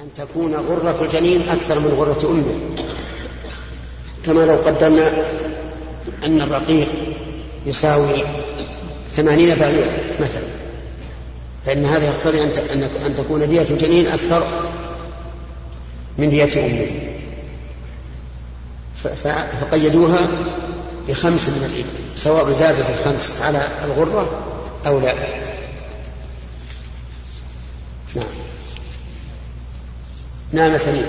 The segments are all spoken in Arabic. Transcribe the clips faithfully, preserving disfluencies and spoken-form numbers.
أن تكون غرة الجنين أكثر من غرة أمه، كما لو قدرنا أن الرقيق يساوي ثمانين بعير مثلا، فإن هذا يقتضي أن تكون دية الجنين أكثر من دية أمه، فقيدوها بخمس من الإبل، سواء زادت الخمس على الغرة أو لا. نعم نعم سليم.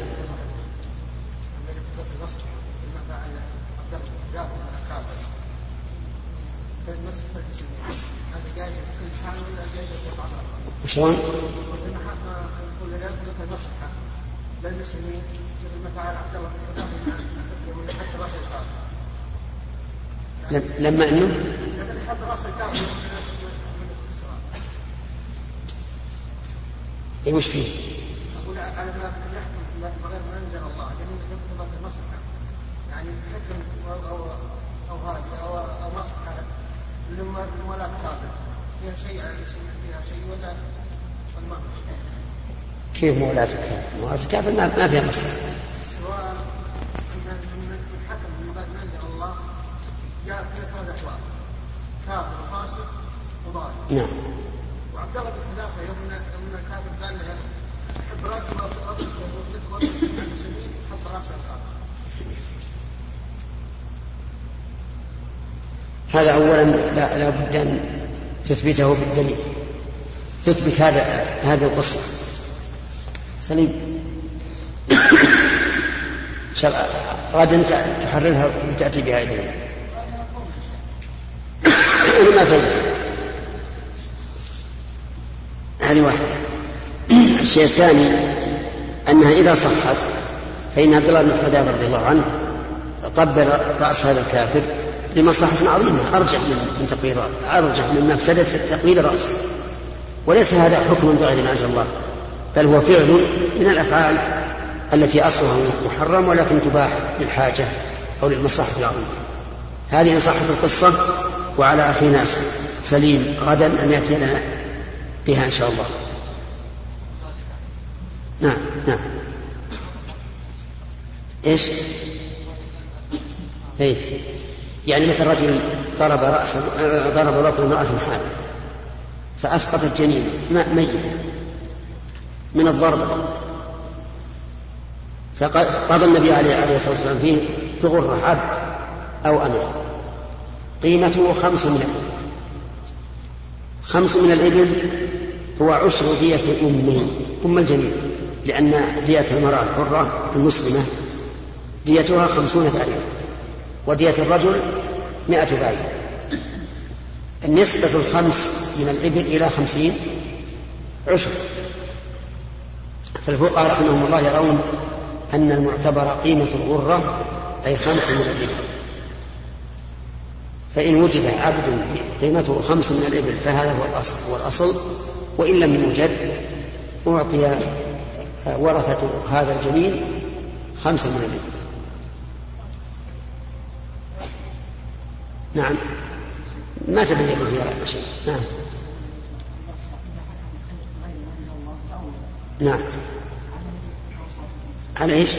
وشلون؟ لما انه ايه وش فيه؟ اقول على ما يحكم بغير ما انزل الله، لانه يقتضى المصلحه، يعني حكم او او هذه او او مصلحه ولا قابل فيها شيء، يعني فيها شيء ولا ما كيف مولاة الكافر؟ مولاة الكافر ما فيها مصلحة. سواء من حكم من بعد ما انزل الله جاء في ثلاث احوال: كافر وفاسق وضالع. نعم. وعبد الله بن حذافه يوم من الكافر قال له حب راسه وأطلق المسلمين حب راسه الكافر. هذا أولا لا, لا بد أن تثبته بالدليل، تثبت هذا هذه القصة. سليم غدا تحررها وتأتي بها إلينا. ما فهمت. هذه واحدة. الشيء الثاني أنها إذا صحت فإن عبد الله بن حذافة رضي الله عنه قبل رأس هذا الكافر لمصلحة عظيمة أرجح من تقوير أرجح من مفسدة تقوير رأسه، وليس هذا حكم بغير ما أنزل الله، بل هو فعل من الأفعال التي أصلها محرم ولكن تباح للحاجة أو للمصلحة العظيمة. هذه صحة القصة، وعلى أخينا سليم غدا أن يأتي لنا بها إن شاء الله. نعم نعم. إيش؟ إيه؟ يعني مثل رجل ضرب رأس ضرب رأس امرأة حامل فأسقطت جنين ميتة من الضرب، فقضى النبي عليه الصلاة والسلام فيه بغرة عبد أو أمة قيمته خمس من الإبل. خمس من الإبل هو عشر دية أمه أم الجنين، لأن دية المرأة الحرة المسلمة ديتها خمسون بعير، ودية الرجل مائة بعير. النسبة الخمس من الإبل إلى خمسين عشر. فالفقهاء رحمهم الله يرون أن المعتبر قيمة الغرة أي خمس من الإبل، فإن وجد عبد قيمته خمس من الإبل فهذا هو الأصل, هو الأصل وإن لم يوجد أعطي ورثة هذا الجنين خمس من الإبل. نعم ما تبين فيها شيء. نعم نعم. على إيش؟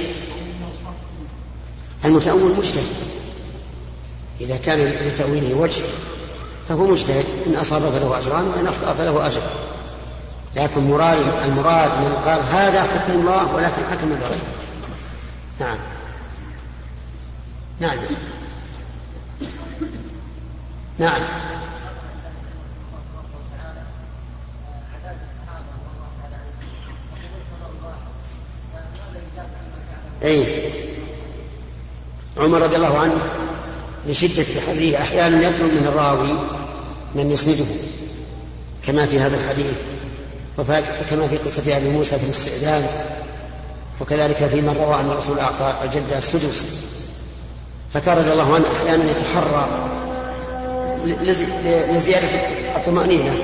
المتأول مجتهد، إذا كان لتأويله وجه فهو مجتهد، إن أصاب فله أجران وإن أخطأ فله أجر. لكن مراد المراد من قال هذا حكم الله ولكن حكم بغيره. نعم نعم نعم. أي عمر رضي الله عنه لشدة حره أحيانا يطلب من الراوي من يسنده كما في هذا الحديث، وكما في قصة أبي موسى في الاستئذان، وكذلك فيما روى أن الرسول أعطى الجدة السدس. فكان رضي الله عنه أحيانا يتحرى لزيادة الطمأنينة.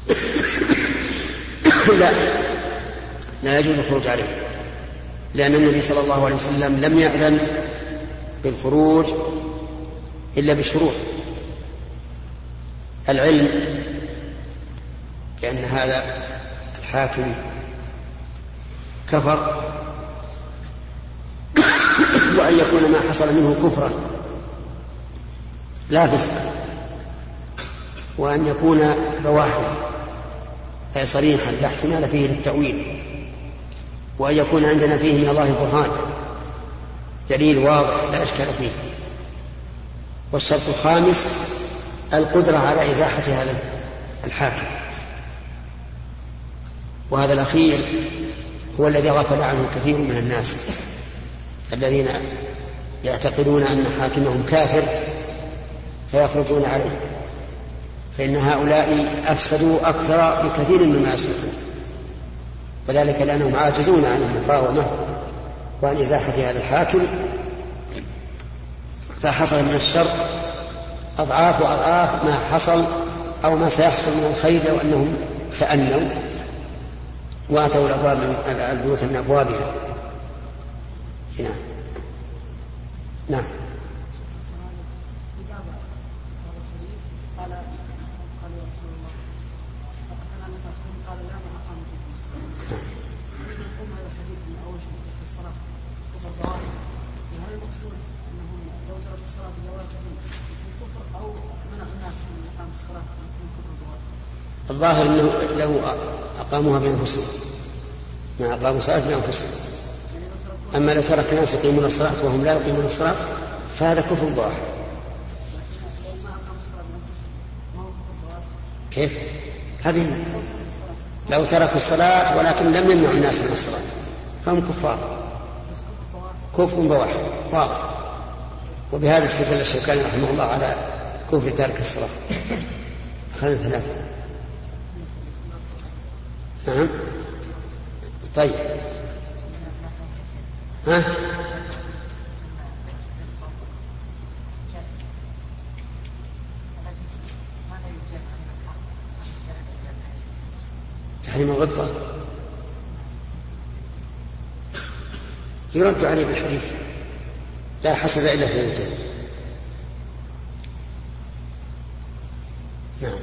لا لا يجوز الخروج عليه، لأن النبي صلى الله عليه وسلم لم يأذن بالخروج إلا بشروط: العلم لأن هذا الحاكم كفر، وأن يكون ما حصل منه كفرا لا فسق، وأن يكون بواحا أي صريحا لا احتمال فيه للتأويل، وأن يكون عندنا فيه من الله برهان دليل واضح لا إشكال فيه. والشرط الخامس القدرة على إزاحة هذا الحاكم، وهذا الأخير هو الذي غفل عنه كثير من الناس الذين يعتقدون أن حاكمهم كافر فيخرجون عليه، فإن هؤلاء أفسدوا أكثر بكثير مما يصلحون، وذلك لأنهم عاجزون عن المقاومة وعن إزاحة هذا الحاكم، فحصل من الشر أضعاف وأضعاف ما حصل أو ما سيحصل من الخير لو أنهم فأنوا وأتوا الأبواب من البيوت من أبوابها. نعم نعم. الظاهر أنه له أقاموها بأنفسهم، ما أقاموا الصلاة بأنفسهم. أما لو ترك الناس يقيمون الصلاة وهم لا يقيمون الصلاة فهذا كفر ظاهر. كيف؟ هذه لو تركوا الصلاة ولكن لم يمنعوا الناس من الصلاة فهم كفار، كفر بواح واضح. وبهذا استدل الشوكاني رحمه الله على كفر تارك الصلاة. أخذنا ثلاثة. نعم. طيب ها تحريم الغبطة يرد عليه بالحديث لا حسد إلا في الجنة. نعم.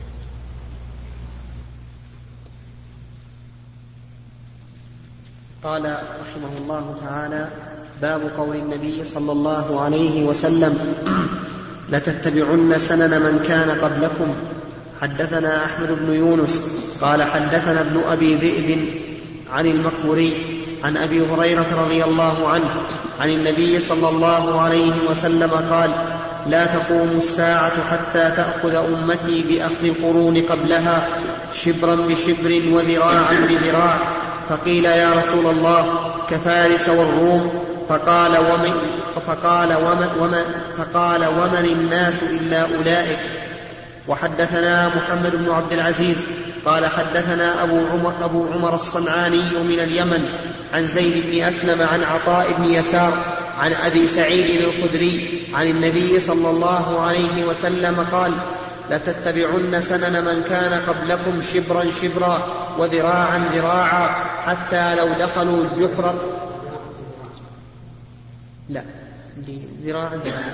قال رحمه الله تعالى: باب قول النبي صلى الله عليه وسلم: لتتبعن سنن من كان قبلكم. حدثنا أحمد بن يونس قال حدثنا ابن أبي ذئب عن المقبوري عن أبي هريرة رضي الله عنه عن النبي صلى الله عليه وسلم قال: لا تقوم الساعة حتى تأخذ أمتي بأخذ القرون قبلها شبرا بشبر وذراعا بذراع. فقيل: يا رسول الله كفارس والروم؟ فقال: ومن, فقال ومن, ومن, فقال ومن الناس إلا أولئك. وحدثنا محمد بن عبد العزيز قال حدثنا أبو عمر, أبو عمر الصنعاني من اليمن عن زيد بن أسلم عن عطاء بن يسار عن أبي سعيد الخدري عن النبي صلى الله عليه وسلم قال: لتتبعن سنن من كان قبلكم شبرا شبرا وذراعا ذراعا حتى لو دخلوا الجحر. لا ذراعا ذراعا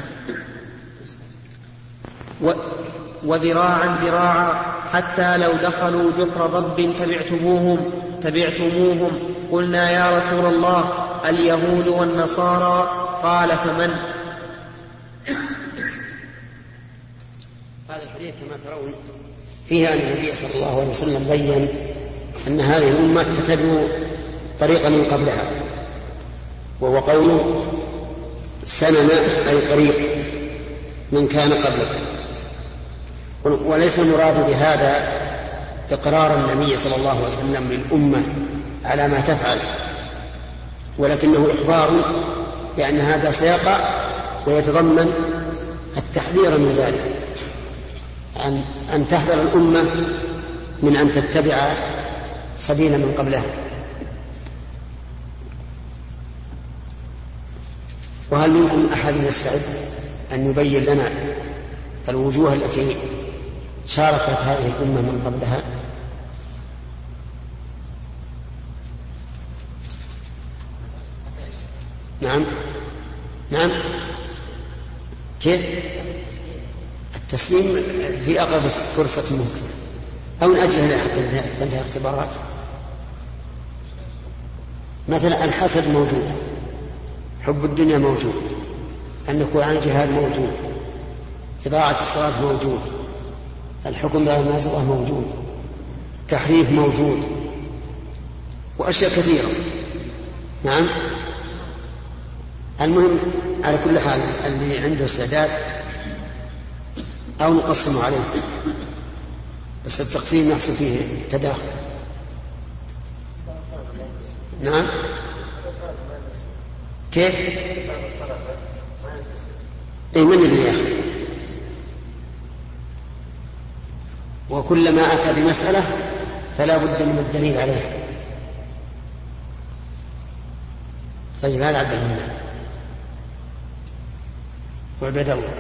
و وذراعا ذراعا حتى لو دخلوا جحر ضب تبعتموهم تبعتموهم قلنا: يا رسول الله اليهود والنصارى؟ قال: فمن؟ هذا الحديث كما ترون فيه أن النبي صلى الله عليه وسلم بين أن هذه الأمة تتبع طريقا من قبلها، وهو قوله سنن أي طريق من كان قبلكم. وليس المراد بهذا إقرار النبي صلى الله عليه وسلم للأمة على ما تفعل، ولكنه إخبار بأن هذا سيقع ويتضمن التحذير من ذلك، أن, أن تحذر الأمة من أن تتبع سبيلا من قبلها. وهل منكم أحد يستعد أن يبين لنا الوجوه التي شاركت هذه الأمة من قبلها؟ نعم نعم. كيف؟ التسليم في أقرب فرصة ممكنة، أو من أجل حتى تنتهي اختبارات. مثلا الحسد موجود، حب الدنيا موجود، النكول عن الجهاد موجود، إضاعة الصلاة موجود، الحكم بغير ما أنزل الله موجود، تحريف موجود، وأشياء كثيرة. نعم. المهم على كل حال اللي عنده استعداد أو نقسم عليه، بس التقسيم يحصل فيه تداخل. نعم. كيف؟ أي من اللي يأخذ؟ وكلما أتى بمسألة فلا بد من الدليل عليها. طيب هذا عبد الله وعبد الله.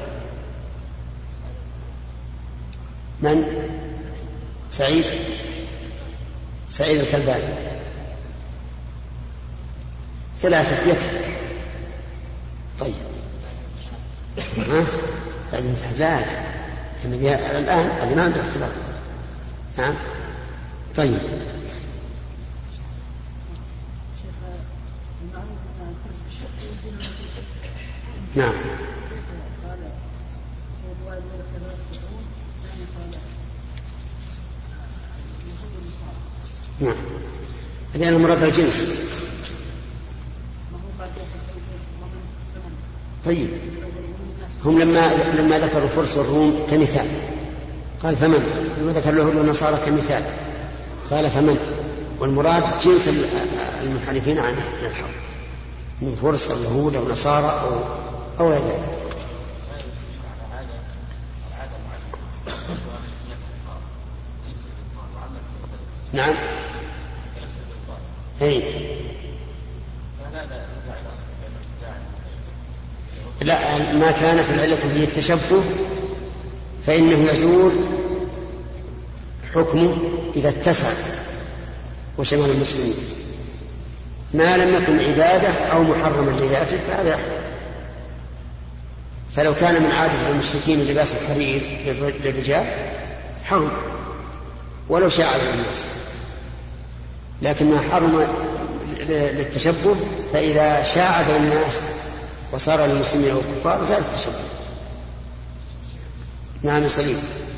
من؟ سعيد سعيد الكلباني. ثلاثة يكفي. طيب ها لازم لا النبي الآن اللي ما عنده اختبار. نعم. طيب نعم. نعم. لأن المراد الجنس. طيب هم لما لما ذكروا الفرس والروم كمثال قال فمن، لما ذكر له النصارى كمثال قال فمن، والمراد جنس المنحرفين عن الحق من فرس أو يهود أو نصارى أو أو غير ذلك. نعم. أي لا، ما كانت العلة هي التشبه فإنه يزول حكمه إذا اتسع وشمل المسلمين. ما لم يكن عبادة أو محرما لذاته فهذا يحرم. فلو كان من عادة المشركين لباس الحرير للرجال حرم ولو شاع على الناس، لكن ما حرم للتشبه فإذا شاع بين الناس وصار للمسلمين أو الكفار زال التشبه. نعم سليم.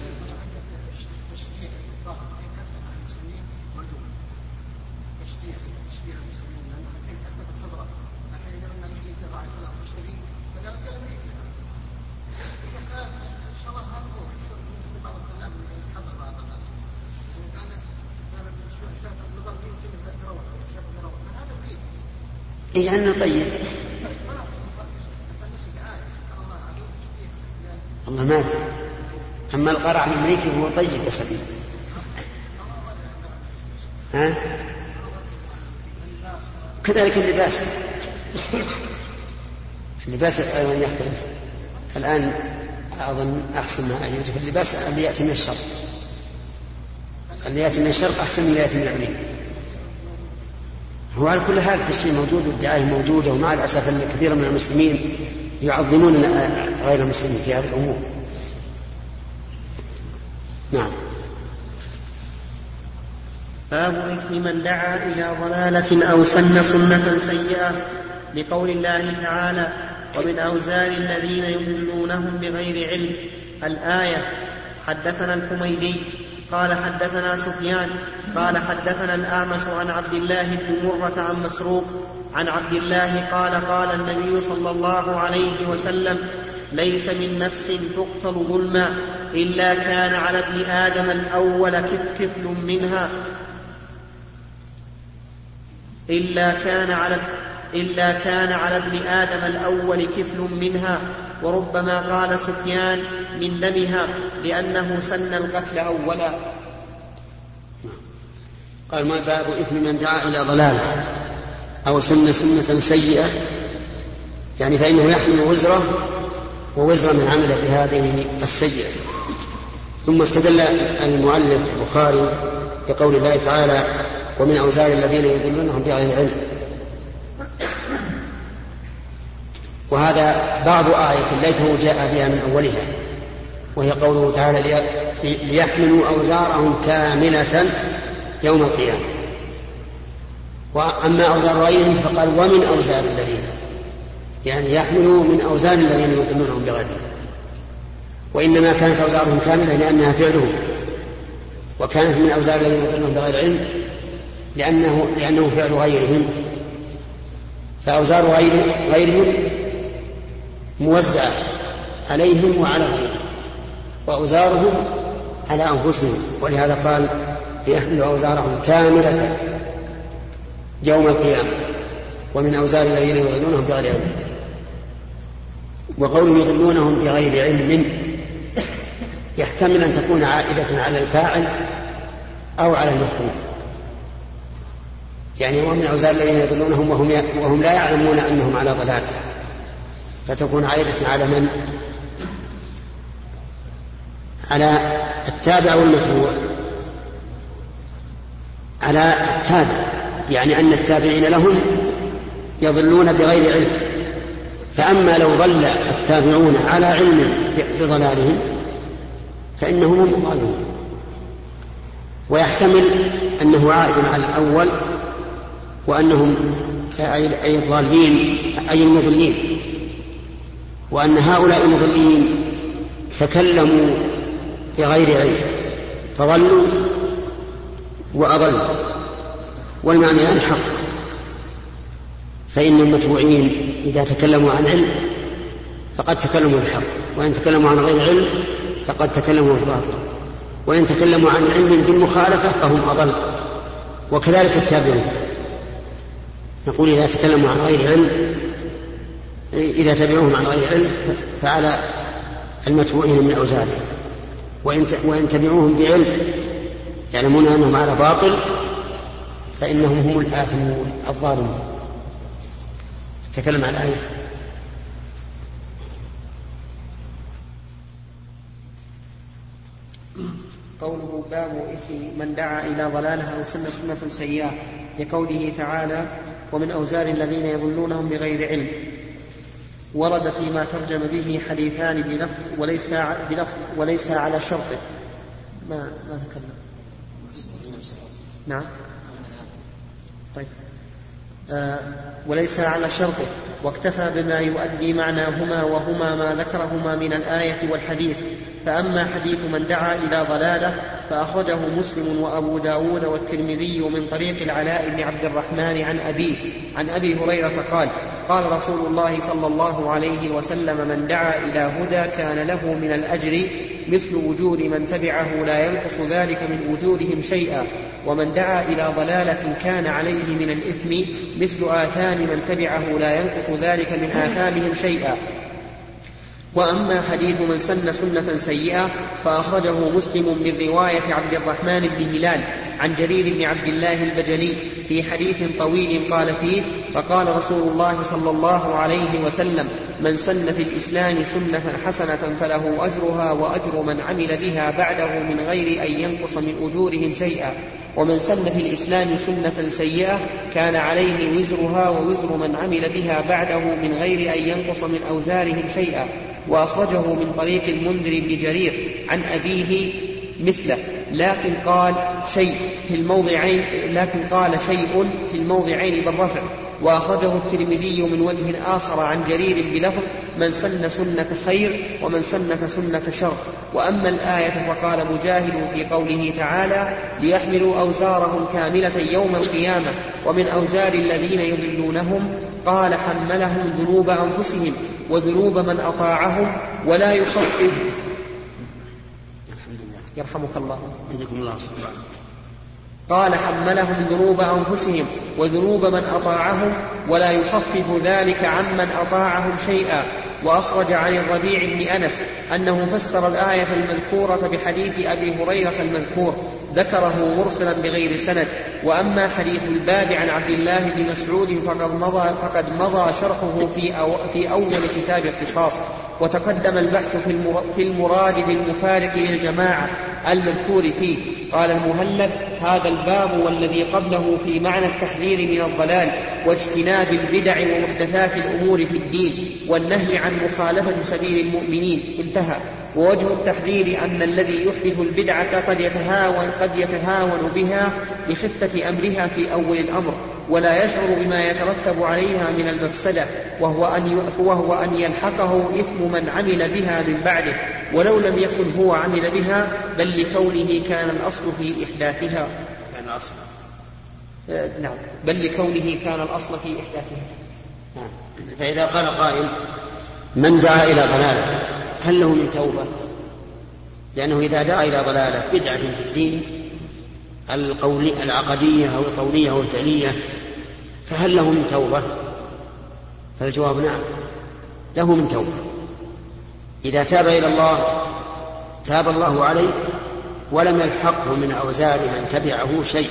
اجعلنا طيب. الله مات. أما القرع الأمريكي هو طيب يا سليم. ها؟ كذلك اللباس اللباس أيضا يختلف. الآن أظن أحسن ما يوجد في اللباس اللي يأتي من الشرق، اللي يأتي من الشرق أحسن من يأتي من أمريكا. هو على كل حال التشريع موجود والدعاية موجودة، ومع الأسف أن كثير من المسلمين يعظمون غير المسلمين في هذه الأمور. نعم. باب إثم من دعا إلى ضلالة أو سن سنة سيئة، لقول الله تعالى ومن أوزار الذين يضلونهم بغير علم، الآية. حدثنا الحميدي قال حدثنا سفيان قال حدثنا الأعمش عن عبد الله بن مرة عن مسروق عن عبد الله قال قال النبي صلى الله عليه وسلم ليس من نفس تقتل ظلما إلا كان على ابن آدم الأول كفل منها إلا كان على إلا كان على ابن آدم الأول كفل منها، وربما قال سفيان من دمها لأنه سن القتل أولا. قال ما باب إثم من دعا إلى ضلالة أو سن سنة سيئة، يعني فإنه يحمل وزره ووزر من عمل بهذه السيئة. ثم استدل المؤلف البخاري بقول الله تعالى ومن أوزار الذين يضلونهم بغير علم، وهذا بعض آية ليته جاء بها من أولها، وهي قوله تعالى ليحملوا أوزارهم كاملة يوم القيامة. وأما أوزار غيرهم فقال ومن أوزار الذين، يعني يحملوا من أوزار الذين يضلونهم بغير علم. وإنما كانت أوزارهم كاملة لأنها فعلهم، وكانت من أوزار الذين يضلونهم بغير علم لأنه, لأنه فعل غيرهم. فأوزار غيرهم موزعة عليهم وعلى غيرهم، وأوزارهم على أنفسهم، ولهذا قال ليحملوا أوزارهم كاملة يوم القيامة ومن أوزار الذين يضلونهم بغير علم. وقوله يضلونهم بغير علم يحتمل أن تكون عائدة على الفاعل أو على المفعول، يعني ومن أوزار الذين يضلونهم وهم, وهم لا يعلمون أنهم على ضلال، فتكون عائدة على من؟ على التابع والمتبوع. على التابع، يعني أن التابعين لهم يضلون بغير علم، فأما لو ضل التابعون على علم بضلالهم فإنهم هم الضالون. ويحتمل أنه عائد على الأول وأنهم أي الضالين أي المضلين، وأن هؤلاء المضلين تكلموا بغير علم فضلوا وأضلوا، والمعنى يعني حق. فإن المتبوعين إذا تكلموا عن علم فقد تكلموا بالحق، وإن تكلموا عن غير علم فقد تكلموا بالباطل، وإن تكلموا عن علم بالمخالفة فهم أضل. وكذلك التابعون، نقول إذا تكلموا عن غير علم إذا تبعوهم عن غير علم فعلى المتبوعين من أوزارهم، وإن تبعوهم بعلم يعلمون أنهم على باطل فإنهم هم الآثمون الظالمون. تكلم عن الآية. قوله باب إثم من دعا إلى ضلالها أو سن سنة سيئة، لقوله تعالى ومن أوزار الذين يضلونهم بغير علم. ورد فيما ترجم به حديثان بلفظ وليس بلفظ وليس على شرطه. ما ما تكلم. نعم. طيب. آه وليس على شرطه، واكتفى بما يؤدي معناهما وهما ما ذكرهما من الآية والحديث. فأما حديث من دعا إلى ضلالة فأخرجه مسلم وأبو داود والترمذي من طريق العلاء بن عبد الرحمن عن أبيه عن أبي هريرة قال قال رسول الله صلى الله عليه وسلم من دعا إلى هدى كان له من الأجر مثل وجود من تبعه لا ينقص ذلك من وجودهم شيئا، ومن دعا إلى ضلالة كان عليه من الإثم مثل آثام من تبعه لا ينقص ذلك من آثامهم شيئا. وأما حديث من سن سنة سيئة فأخرجه مسلم من رواية عبد الرحمن بن هلال عن جرير بن عبد الله البجلي في حديث طويل قال فيه فقال رسول الله صلى الله عليه وسلم من سن في الإسلام سنة حسنة فله أجرها وأجر من عمل بها بعده من غير أن ينقص من أجورهم شيئا، ومن سن في الإسلام سنة سيئة كان عليه وزرها ووزر من عمل بها بعده من غير أن ينقص من أوزارهم شيئا. وأخرجه من طريق المنذر بن جرير عن أبيه مثله، لكن قال شيء في الموضعين لكن قال شيء في الموضعين بالرفع. وأخرجه الترمذي من وجه آخر عن جرير بلفظ من سن سنة خير ومن سنة سنة شر. وأما الآية فقال مجاهد في قوله تعالى ليحملوا أوزارهم كاملة يوم القيامة ومن أوزار الذين يضلونهم قال حملهم ذنوب أنفسهم وذنوب من أطاعهم ولا يخفف. يرحمك الله. يجزاكم الله خيرا. قال حملهم ذنوب أنفسهم وذنوب من أطاعهم ولا يخفف ذلك عمن أطاعهم شيئا. وأخرج عن الربيع بن أنس أنه فسر الآية المذكورة بحديث أبي هريرة المذكور ذكره مرسلا بغير سند. وأما حديث الباب عن عبد الله بن مسعود فقد مضى, فقد مضى شرحه في, أو في أول كتاب القصاص، وتقدم البحث في المراد بالمفارق للجماعة المذكور فيه. قال المهلب: هذا الباب والذي قبله في معنى التحذير من الضلال واجتناب البدع ومحدثات الأمور في الدين والنهي عن مخالفة سبيل المؤمنين، انتهى. ووجه التحذير أن الذي يحدث البدعة قد يتهاون, قد يتهاون بها لخفة أمرها في أول الأمر ولا يشعر بما يترتب عليها من المفسدة، وهو أن, وهو أن يلحقه إثم من عمل بها من بعده ولو لم يكن هو عمل بها، بل لكونه كان الأصل في إحداثها كان أصل آه نعم بل لكونه كان الأصل في إحداثها. نعم. فإذا قال قائل: من دعا إلى ضلالة هل له من توبة؟ لأنه إذا دعا إلى ضلالة بدعة في الدين القولي العقدية أو القولية أو الفعلية فهل له من توبة؟ فالجواب نعم، له من توبة. إذا تاب إلى الله تاب الله عليه ولم يلحقه من أوزار من تبعه شيء،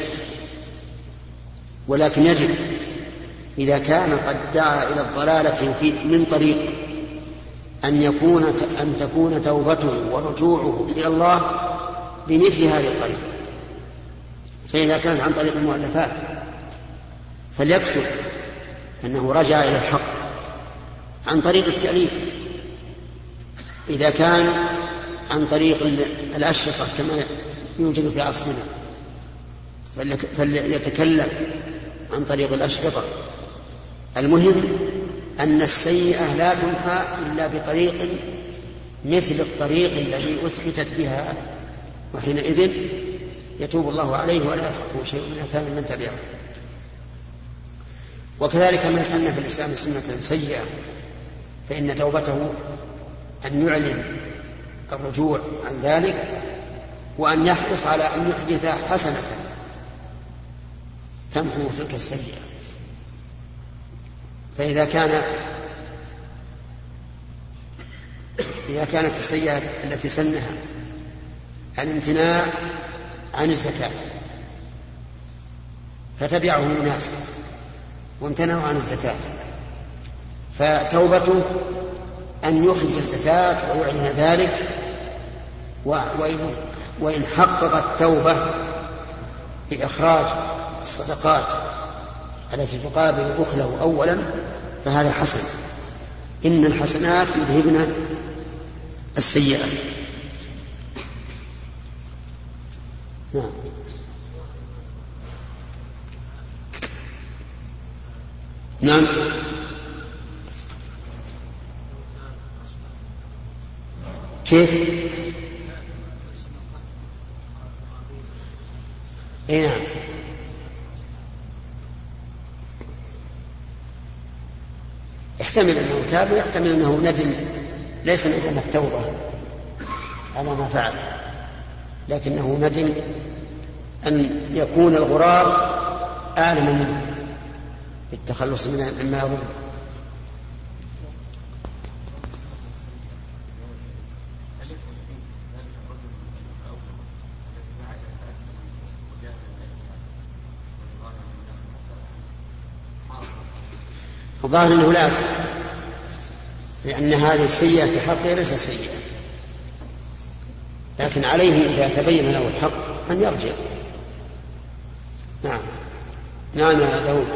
ولكن يجب إذا كان قد دعا إلى الضلالة في من طريق أن يكون أن تكون توبته ورجوعه إلى الله بمثل هذه الطريقة. فإذا كان عن طريق المؤلفات فليكتب أنه رجع إلى الحق عن طريق التأليف. إذا كان عن طريق الأشرطة كما يوجد في عصرنا فليتكلم عن طريق الأشرطة. المهم أن السيئة لا تمحى إلا بطريق مثل الطريق الذي أثبتت بها، وحينئذ يتوب الله عليه ولا يحقه شيء من أثام من تبعه. وكذلك من سن في الإسلام سنة سيئة فإن توبته أن يعلن الرجوع عن ذلك وأن يحرص على أن يحدث حسنة تمحو تلك السيئة. فإذا كان إذا كانت السيئة التي سنها الامتناع عن الزكاة فتبعه الناس وامتنعوا عن الزكاة، فتوبته أن يخرج الزكاة ويعلن ذلك، وإن حقق التوبة بإخراج الصدقات التي تقابل بخله أولا فهذا حسن. إن الحسنات يذهبن السيئات. نعم. نعم. كيف؟ اي نعم. يحتمل أنه تاب ويحتمل أنه ندم، ليس ندم التوبة على ما فعل، لكنه ندم أن يكون الغراب أعلم منه بالتخلص مما يظن. الظاهر أنه لا أدري، لأن هذه السيئة في حقه ليس سيئة، لكن عليه إذا تبين له الحق أن يرجع. نعم. نعم يا داود.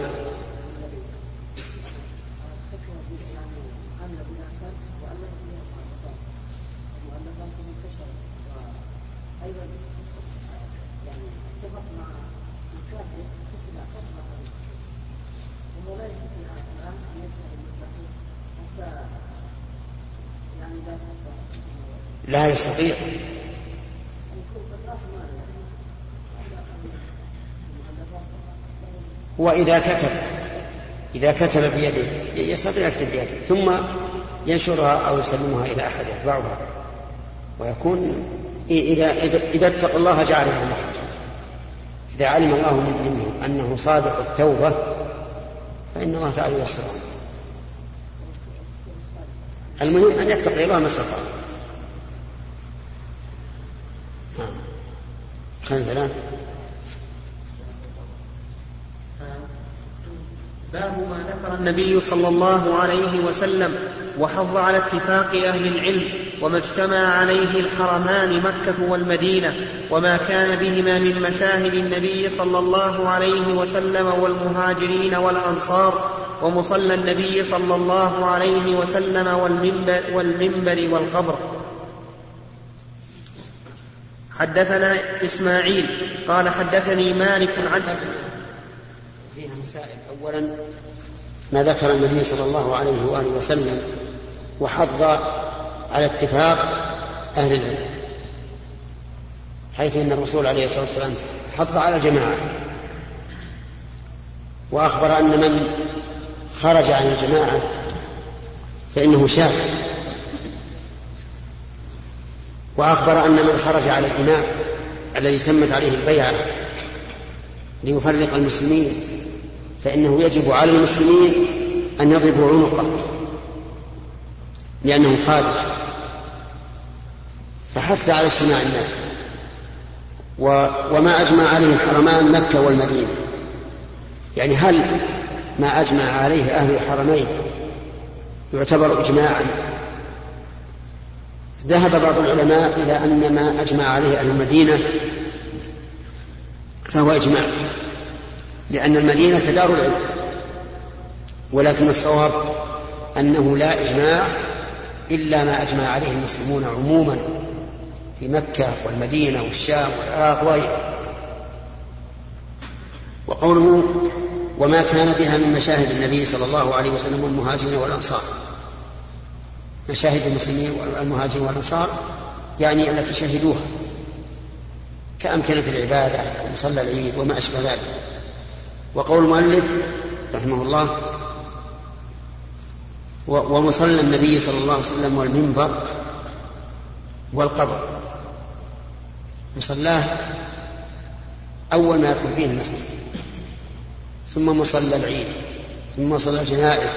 لا يستطيع. وإذا كتب إذا كتب بيده يستطيع يكتب بيده ثم ينشرها أو يسلمها إلى أحد يتبعها، ويكون إذا إذا اتقى الله جعل له مخرجا. إذا علم الله منه أنه صادق التوبة فإن الله تعالى يسره. المهم أن يتقي الله ما استطاع. خلنا ثلاثة. باب ما ذكر النبي صلى الله عليه وسلم وحض على اتفاق أهل العلم وما اجتمع عليه الحرمان مكة والمدينة وما كان بهما من مشاهد النبي صلى الله عليه وسلم والمهاجرين والأنصار ومصلى النبي صلى الله عليه وسلم والمنبر, والمنبر والقبر. حدثنا إسماعيل قال حدثني مالك عن فيها مسائل. أولا ما ذكر النبي صلى الله عليه وآله وسلم وحض على اتفاق أهل العلم، حيث أن الرسول عليه الصلاة والسلام حض على الجماعة وأخبر أن من خرج عن الجماعة فإنه شاذ، وأخبر أن من خرج على الإمام الذي تمت عليه البيعة ليفرق المسلمين فإنه يجب على المسلمين أن يضربوا عنقه لأنه خارج، فحث على اجتماع الناس. وما أجمع عليه الحرمان مكة والمدينة، يعني هل ما أجمع عليه أهل الحرمين يعتبر إجماعا؟ ذهب بعض العلماء إلى أن ما أجمع عليه أهل المدينة فهو إجماع، لأن المدينة دار العلم، ولكن الصواب أنه لا إجماع إلا ما أجمع عليه المسلمون عموما في مكة والمدينة والشام والعراق وغيرها. وقوله وما كان بها من مشاهد النبي صلى الله عليه وسلم والمهاجرين والأنصار، مشاهد المسلمين والمهاجرين والأنصار يعني التي شهدوها كأمكنة العبادة ومصلى العيد وما أشبه ذلك. وقول المؤلف رحمه الله ومصلى النبي صلى الله عليه وسلم والمنبر والقبر، مصلاه أول ما يدخل فيه المسجد، ثم مصلى العيد، ثم مصلى الجنائز،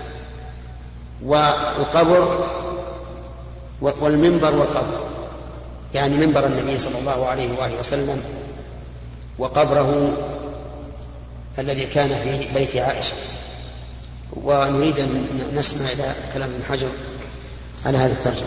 والقبر والمنبر والقبر، يعني منبر النبي صلى الله عليه وآله وسلم وقبره الذي كان في بيت عائشة. ونريد أن نسمع إلى كلام ابن حجر على هذه الترجمة.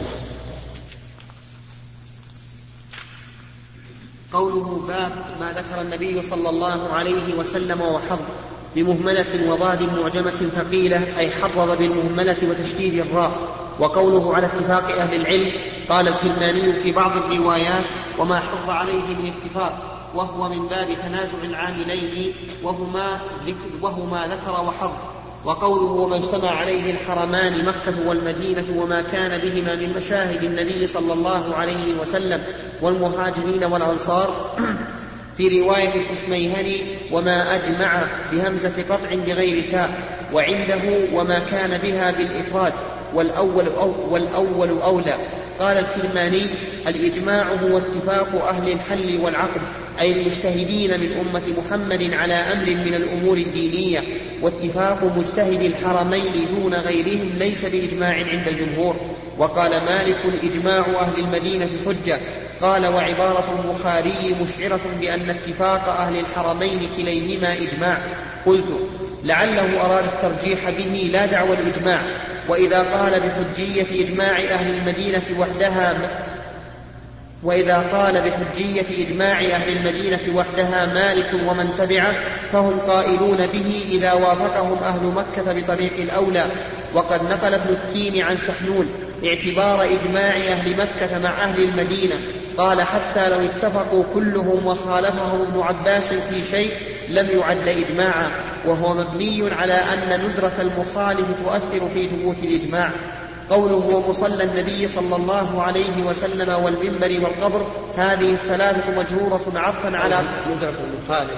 قوله باب ما ذكر النبي صلى الله عليه وسلم وحض بمهملة وضاد معجمة ثقيلة أي حرض بالمهملة وتشديد الراء. وقوله على اتفاق أهل العلم قال الكرماني في بعض الروايات وما حض عليه من اتفاق، وهو من باب تنازع العاملين وهما ذكر, وهما ذكر وحض. وقوله وما اجتمع عليه الحرمان مكة والمدينة وما كان بهما من مشاهد النبي صلى الله عليه وسلم والمهاجرين والأنصار في رواية الكشميهني وما أجمع بهمزة قطع بغير تاء، وعنده وما كان بها بالإفراد والأول, أو والأول أولى. قال الكرماني الإجماع هو اتفاق أهل الحل والعقد أي المجتهدين من أمة محمد على أمر من الأمور الدينية، واتفاق مجتهد الحرمين دون غيرهم ليس بإجماع عند الجمهور. وقال مالك إجماع أهل المدينة حجة. قال وعبارة البخاري مشعرة بأن اتفاق أهل الحرمين كليهما إجماع. قلت لعله أراد الترجيح به لا دعوى الإجماع، وإذا قال بحجية إجماع أهل المدينة وحدها وإذا قال بحجية إجماع أهل المدينة وحدها مالك ومن تبعه فهم قائلون به إذا وافقهم أهل مكة بطريق الأولى. وقد نقل ابن التين عن سحنون اعتبار إجماع أهل مكة مع أهل المدينة، قال حتى لو اتفقوا كلهم وخالفهم ابن عباس في شيء لم يعد إجماعا، وهو مبني على أن ندرة المخالف تؤثر في ثبوت الإجماع. قوله ومصلى النبي صلى الله عليه وسلم والمنبر والقبر هذه الثلاثة مجرورة عطفا على ندرة المخالف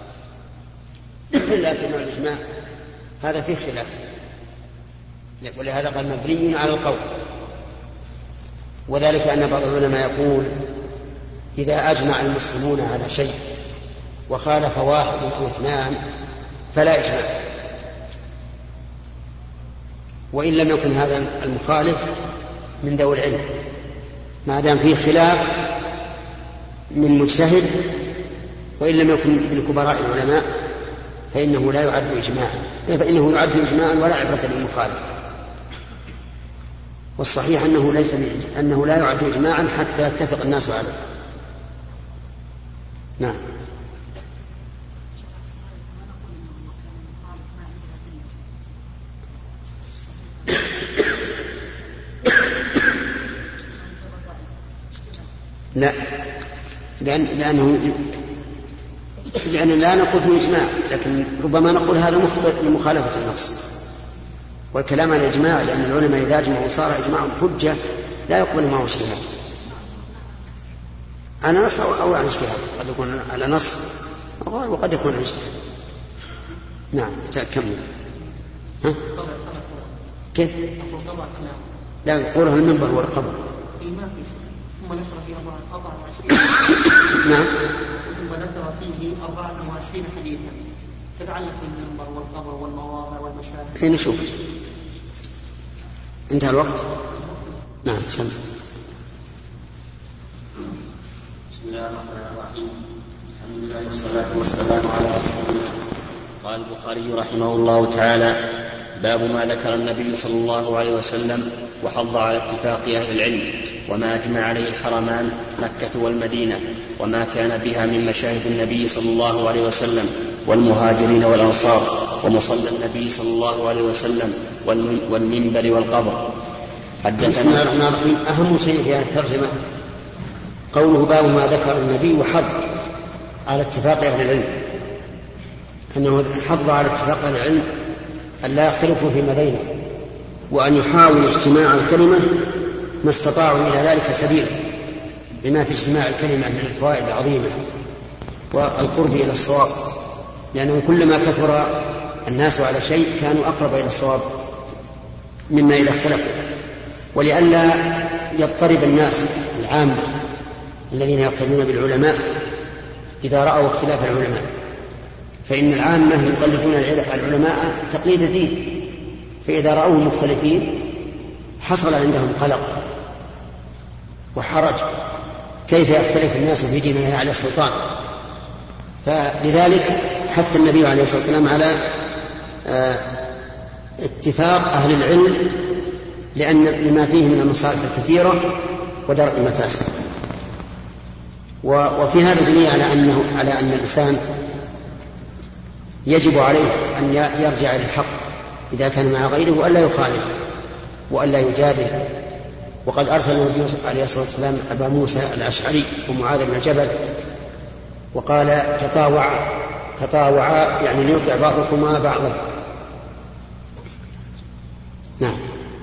لكن مع الإجماع هذا فيه خلاف، ولهذا قال مبني على القول. وذلك أن بعض العلماء يقول إذا أجمع المسلمون على شيء وخالف واحد أو اثنان فلا إجماع، وإن لم يكن هذا المخالف من ذوي العلم، ما دام فيه خلاف من مجتهد وإن لم يكن من كبراء العلماء فإنه لا يعد إجماعا، فإنه يعد إجماعا ولا عبرة بالمخالف. والصحيح أنه ليس أنه لا يعد إجماعا حتى يتفق الناس عليه. نعم. لا، لأن لأنه لأن لا نقول في إجماع، لكن ربما نقول هذا مخطئ لمخالفة النص، والكلام عن الإجماع لأن العلماء إذا أجمعوا صار إجماع حجة لا يقبل معه اجتهاد على نص أو على اجتهاد، قد يكون على نص وقد يكون على اجتهاد. نعم. كمل. ها؟ كيف؟ لا يقولها المنبر والقبر. ثم ذكر فيه أربعة وعشرين نعم. ثم ذكر فيه أربعة وعشرين حديثا تتعلق بالمنبر والقبر والمواضع والمشاهد. في نشوف. انتهى الوقت. نعم. سمع. بسم الله الرحمن الرحيم. الحمد لله والصلاة والسلام على رسول الله. قال البخاري رحمه الله تعالى: باب ما ذكر النبي صلى الله عليه وسلم وحض على اتفاق أهل العلم وما أجمع عليه الحرمان مكة والمدينة وما كان بها من مشاهد النبي صلى الله عليه وسلم والمهاجرين والأنصار ومصلى النبي صلى الله عليه وسلم والمنبر والقبر. حدثنا الرحمن. أهم شيء في هذه الترجمة قوله باب ما ذكر النبي وحض على اتفاق أهل العلم، أنه حض على اتفاق أهل العلم أن لا يختلفوا فيما بينه، وأن يحاولوا اجتماع الكلمة ما استطاعوا إلى ذلك سبيلا، لما في اجتماع الكلمة من الفوائد العظيمة والقرب إلى الصواب، لأنه كلما كثر الناس على شيء كانوا أقرب إلى الصواب مما إذا اختلفوا. ولئلا يضطرب الناس العامة الذين يقتدون بالعلماء إذا رأوا اختلاف العلماء، فإن العامة يقلدون العلماء تقليد الدين، فإذا رأوهم مختلفين حصل عندهم قلق وحرج، كيف يختلف الناس في دين الله على السلطان. فلذلك حث النبي عليه الصلاة والسلام على اتفاق أهل العلم لأن لما فيه من المصالح الكثيرة ودرء المفاسد. وفي هذا دليل على أنه على أن الإنسان يجب عليه أن يرجع إلى الحق إذا كان مع غيره، وألا يخالف وألا يجادل. وقد أرسل النبي عليه الصلاة والسلام أبا موسى الأشعري ومعاذ بن جبل وقال: تطاوعا تطاوعا يعني ليطع بعضكما بعضا. نعم.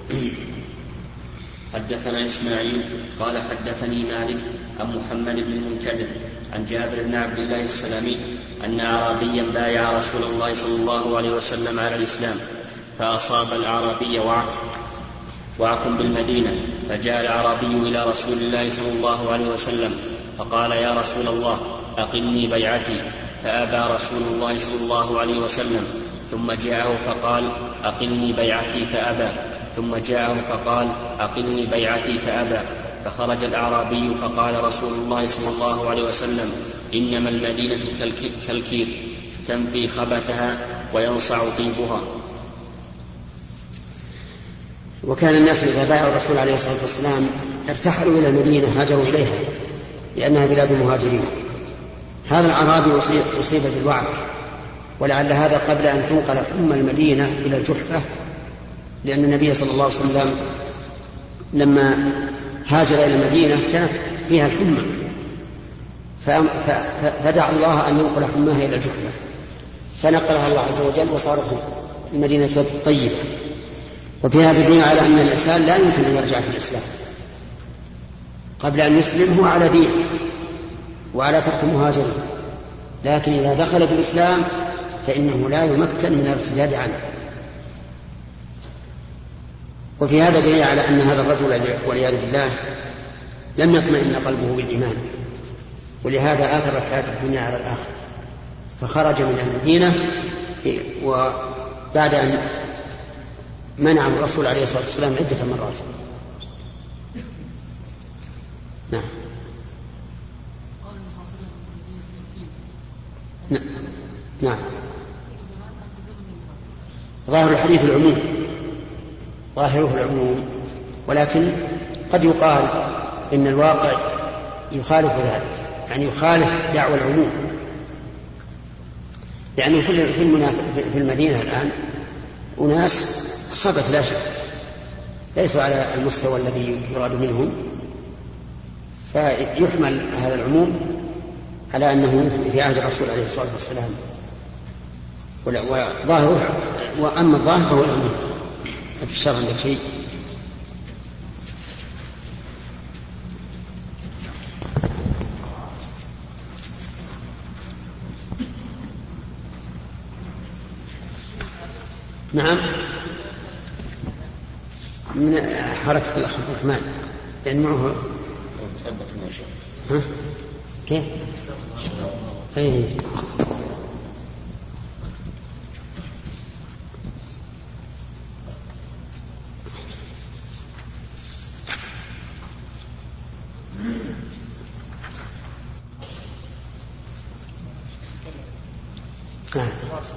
حدثنا إسماعيل قال حدثني مالك عن محمد بن المنكدر عن جابر بن عبد الله السلمي أن أعرابيا بايع رسول الله صلى الله عليه وسلم على الإسلام، فأصاب الأعرابي وعك وعك بالمدينة، فجاء الأعرابي إلى رسول الله صلى الله عليه وسلم فقال: يا رسول الله أقلني بيعتي، فأبى رسول الله صلى الله عليه وسلم. ثم جاءه فقال: أقلني بيعتي، فأبى. ثم جاءه فقال: أقلني بيعتي، فأبى. فخرج الأعرابي فقال رسول الله صلى الله عليه وسلم: إنما المدينة كالكير تنفي خبثها وينصع طيبها. وكان الناس إذا بايعوا الرسول عليه الصلاة والسلام ارتحلوا إلى المدينة، هاجروا إليها لأنها بلاد المهاجرين. هذا الأعرابي أصيب بالوعك، ولعل هذا قبل أن تنقل أم المدينة إلى الجحفة، لأن النبي صلى الله عليه وسلم لما هاجر إلى المدينة كانت فيها الحمى، فدعا الله أن ينقل حماها إلى الجحفة، فنقلها الله عز وجل وصارت المدينة طيبة. وفي هذا دليل على أن الإنسان لا يمكن أن يرجع في الإسلام قبل أن يسلم، هو على دين وعلى ترك المهاجرين، لكن إذا دخل في الإسلام فإنه لا يمكن من الارتداد عنه. وفي هذا دليل على أن هذا الرجل والعياذ بالله لم يطمئن قلبه بالإيمان، ولهذا آثر الحياة الدنيا على الآخرة. فخرج من المدينة وبعد أن منعه الرسول عليه الصلاة والسلام عدة مرات. نعم. نعم. ظاهر الحديث العموم، ظاهره العموم، ولكن قد يقال إن الواقع يخالف ذلك، يعني يخالف دعوى العموم، لأنه في المدينة الآن أناس خبث لا شك ليسوا على المستوى الذي يراد منهم، فيحمل هذا العموم على أنه في عهد الرسول عليه الصلاة والسلام، وظاهره وأما الظاهر فهو العموم. في الشرع عندك شيء؟ نعم، من حركة الأخ عبد الرحمن لأن معه ها؟ كيف؟ أي نعم.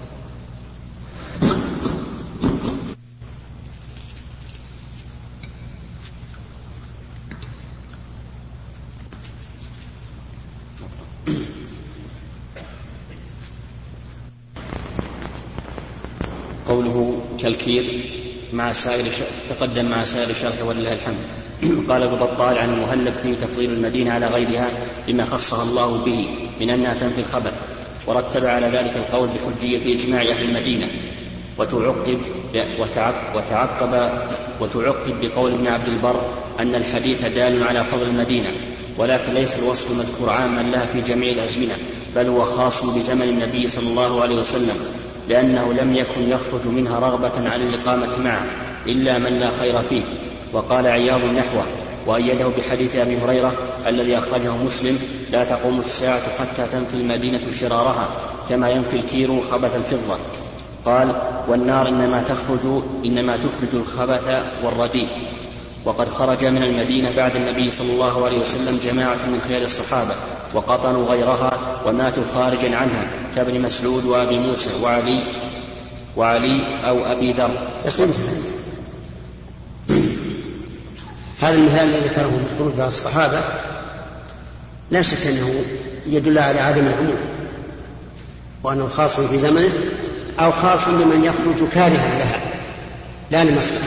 قوله كالكير مع سائر تقدم مع سائر شرح ولله الحمد. قال ابن بطال عن المهلب فيه تفضيل المدينة على غيرها بما خصها الله به من أنها تنفي الخبث، ورتب على ذلك القول بحجية إجماع أهل المدينة، وتعقب وتعقب وتعقب بقول ابن عبد البر أن الحديث دال على فضل المدينة، ولكن ليس الوصف المذكور عاما لها في جميع الأزمنة، بل هو خاص بزمن النبي صلى الله عليه وسلم، لأنه لم يكن يخرج منها رغبة على الإقامة معه إلا من لا خير فيه. وقال عياض نحوه، وأيده بحديث أبي هريرة الذي أخرجه مسلم: لا تقوم الساعة حتى تنفي المدينة شرارها كما ينفي الكير خبث الفضة. قال: والنار إنما تخرج, إنما تخرج الخبث والرديء. وقد خرج من المدينة بعد النبي صلى الله عليه وسلم جماعة من خيار الصحابة وقطنوا غيرها وماتوا خارجا عنها كابن مسعود وأبي موسى وعلي وعلي أو أبي ذر. هذا المثال الذي ذكره من خروج بعض الصحابة لا شك أنه يدل على عدم العموم، وأنه خاص في زمنه أو خاص لمن يخرج كارها لها لا لمصلحة،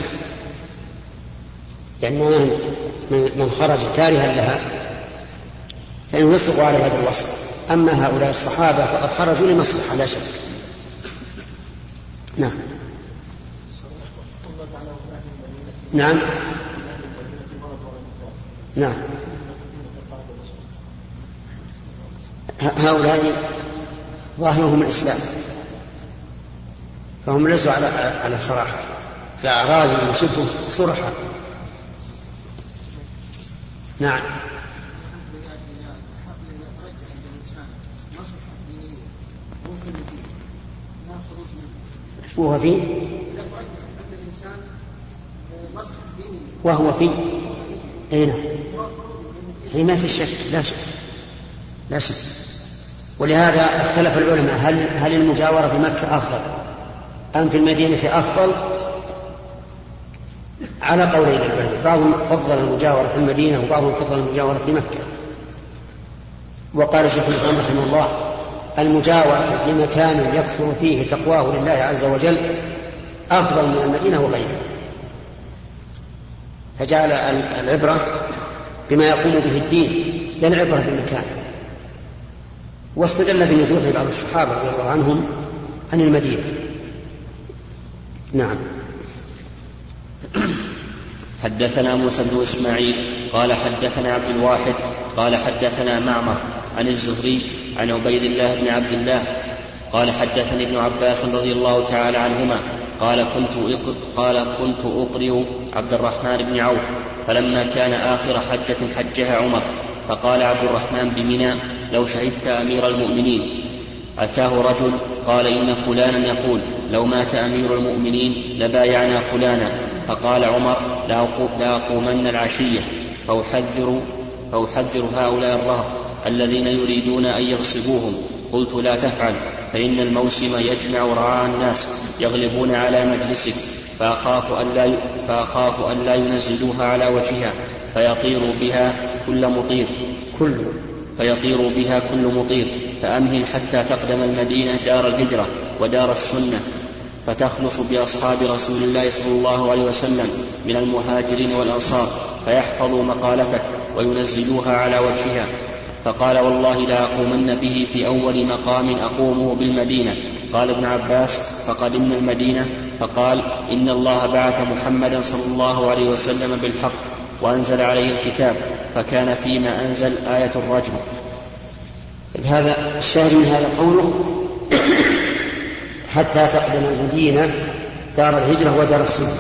يعني من خرج كارها لها فإنه يصدق على هذا الوصف. أما هؤلاء الصحابة فقد خرجوا لمصلحة لا شك. نعم. نعم. نعم. هؤلاء ظاهرهم الإسلام، فهم ليسوا على على صراحة، في أعراضهم شبه صرحة. نعم. وهو فيه وهو فيه أين هي ما في شك لا شك لا شك. ولهذا اختلف العلماء هل هل المجاورة بمكة أفضل أم في المدينة أفضل، على قولين العلماء، بعضهم فضل المجاورة في المدينة وبعضهم فضل المجاورة في مكة. وقال شيخ الإسلام رحمه الله: المجاورة في مكان يكثر فيه تقواه لله عز وجل أفضل من المدينة وغيرها، فجعل العبرة بما يقوم به الدين لا العبرة بالمكان. واستدل بنزول بعض الصحابة رضي الله عنهم عن المدينة. نعم. حدثنا موسى بن إسماعيل قال حدثنا عبد الواحد قال حدثنا معمر عن الزهري عن عبيد الله بن عبد الله قال حدثني ابن عباس رضي الله تعالى عنهما قال كنت قال كنت أقرئ عبد الرحمن بن عوف فلما كان آخر حجة حجها عمر فقال عبد الرحمن بمنى: لو شهدت أمير المؤمنين. أتاه رجل قال إن فلانا يقول لو مات أمير المؤمنين لبايعنا فلانا. فقال عمر لأقومن العشية فأحذر, فأحذر هؤلاء الرهط الذين يريدون أن يغصبوهم. قلت لا تفعل فإن الموسم يجمع رعاع الناس يغلبون على مجلسك، فأخاف أن لا, فأخاف أن لا ينزلوها على وجهها فيطير بها كل مطير كل فيطير بها كل مطير فأمهل حتى تقدم المدينة دار الهجرة ودار السنة، فتخلص بأصحاب رسول الله صلى الله عليه وسلم من المهاجرين والأنصار فيحفظوا مقالتك وينزلوها على وجهها. فقال والله لا أقومن به في أول مقام أقومه بالمدينة. قال ابن عباس فقدمنا المدينة فقال إن الله بعث محمدا صلى الله عليه وسلم بالحق وأنزل عليه الكتاب، فكان فيما أنزل آية الرجم. هذا الشاهد من هذا قوله حتى تقدم المدينة دار الهجرة ودار السنة.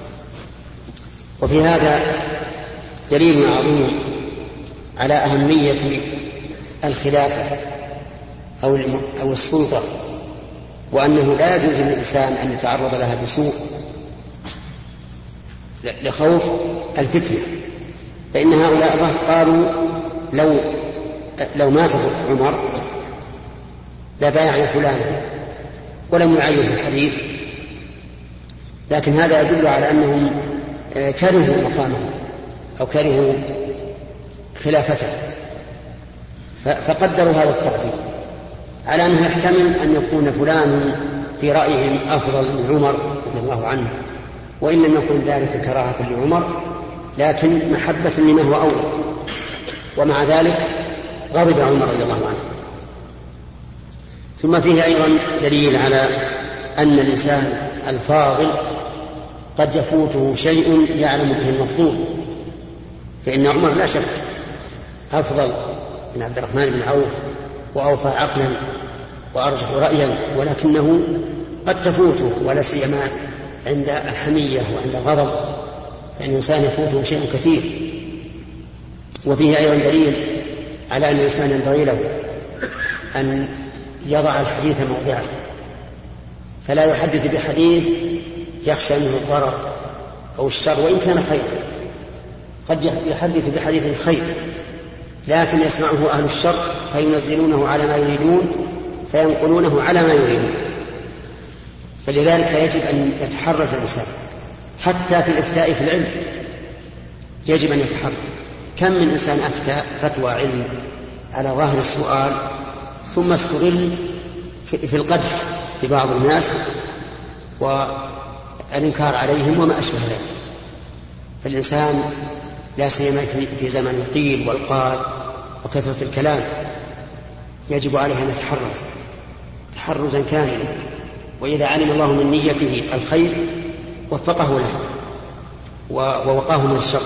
وفي هذا دليل عظيم على أهمية الخلافة أو أو السلطة، وأنه لا يجوز للإنسان أن يتعرض لها بسوء لخوف الفتنة. فإن هؤلاء الرهط قالوا لو لو مات عمر لبايعنا فلانا، ولم يعينوا الحديث، لكن هذا يدل على أنهم كرهوا مقامه أو كرهوا خلافته، فقدروا هذا التقدير على أنه يحتمل أن يكون فلان في رأيهم أفضل من عمر رضي الله عنه، وإن لم يكن ذلك كراهة لعمر لكن محبة لمن هو أولى. ومع ذلك غضب عمر رضي الله عنه. ثم فيه أيضا دليل على أن الإنسان الفاضل قد يفوته شيء يعلم به المفضول، فإن عمر لا شك أفضل من عبد الرحمن بن عوف وأوفى عقلا وأرجح رأيا، ولكنه قد تفوته، ولا سيما عند الحمية وعند الغضب، فإن الإنسان يفوته شيء كثير. وفيه أيضا دليل على أن الإنسان ينبغي له أن يضع الحديث موضعه، فلا يحدث بحديث يخشى منه الضرر أو الشر وإن كان خيرا. قد يحدث بحديث خير لكن يسمعه أهل الشر فينزلونه على ما يريدون فينقلونه على ما يريدون. فلذلك يجب أن يتحرز الإنسان حتى في الإفتاء في العلم، يجب أن يتحرز. كم من إنسان أفتى فتوى علم على ظاهر السؤال ثم استغل في القدح لبعض الناس والإنكار عليهم وما أشبه ذلك. فالإنسان لا سيما في زمن القيل والقال وكثرة الكلام يجب عليه أن يتحرز تحرزا كاملا، وإذا علم الله من نيته الخير وفقه له ووقاه من الشر.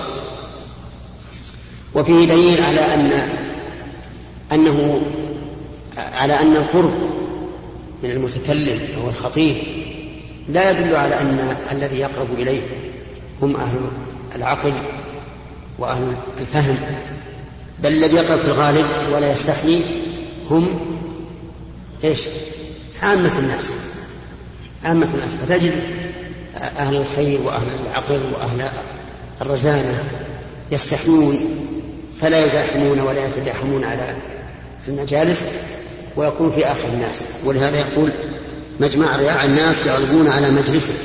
وفيه دليل على أن أنه على أن القرب من المتكلم أو الخطيب لا يدل على أن الذي يقرب إليه هم أهل العقل وأهل الفهم، بل الذي يقرب في الغالب ولا يستحيي هم إيش؟ عامة الناس عامة الناس. فتجد أهل الخير وأهل العقل وأهل الرزانة يستحيون فلا يزاحمون ولا يتداحمون على المجالس ويكون في آخر الناس. ولهذا يقول مجمع رياع الناس يغلبون على مجلسه.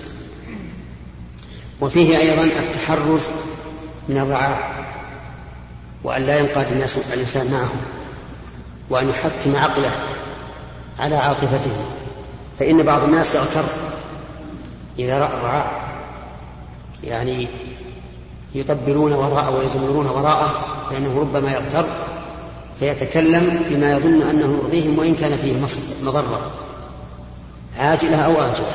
وفيه أيضا التحرز من الرعاع وأن لا ينقاد الناس الإنسان معهم، وأن يحكم عقله على عاطفته، فإن بعض الناس يغتر إذا رأى الرعاع، يعني يطبلون وراءه ويزمرون وراءه، فإنه ربما يغتر فيتكلم بما يظن أنه يرضيهم وإن كان فيه مضرة عاجلة أو آجلة.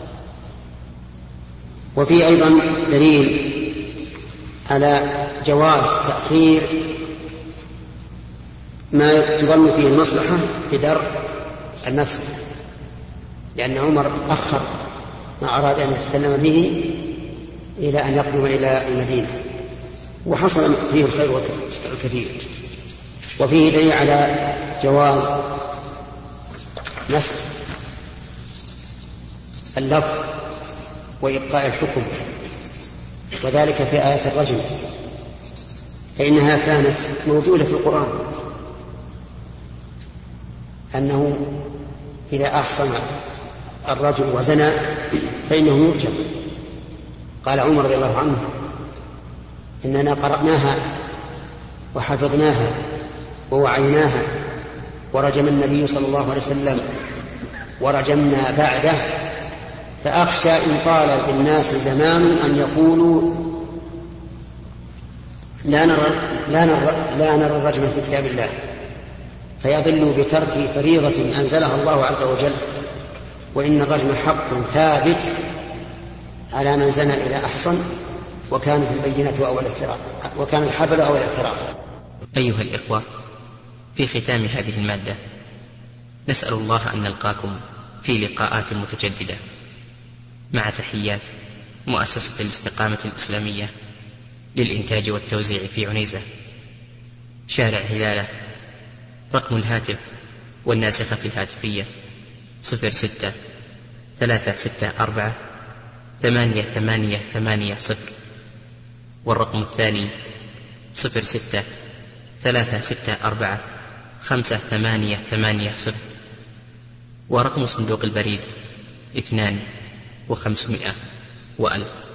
وفي أيضا دليل على جواز تأخير ما تظن فيه المصلحة بدرء المفسدة، لأن عمر أخر ما أراد أن يتكلم به إلى أن يقدم إلى المدينة وحصل فيه الخير الكثير. وفيه دليل على جواز نسخ اللفظ وإبقاء الحكم، وذلك في آية الرجم، فإنها كانت موجودة في القرآن أنه إذا أحصن الرجل وزنى فإنه يرجم. قال عمر رضي الله عنه إننا قرأناها وحفظناها ووعيناها، ورجم النبي صلى الله عليه وسلم ورجمنا بعده، فأخشى إن طال بالناس زمان أن يقولوا لا نرى, لا نرى, لا نرى الرجم في كتاب الله، فيضلوا بترك فريضة أنزلها الله عز وجل. وإن الرجم حق ثابت على من زنى إذا أحصن، وكانت البينة أو الاعتراف، وكان الحبل أو الاعتراف. أيها الإخوة، في ختام هذه المادة نسأل الله أن نلقاكم في لقاءات متجددة، مع تحيات مؤسسة الاستقامة الإسلامية للإنتاج والتوزيع في عنيزة، شارع هلالة. رقم الهاتف والناسخة الهاتفية صفر ستة ثلاثة ستة أربعة ثمانية ثمانية ثمانية صفر، والرقم الثاني صفر ستة ثلاثة ستة أربعة خمسة ثمانية ثمانية صفر، ورقم صندوق البريد اثنان وخمسمائة وألف.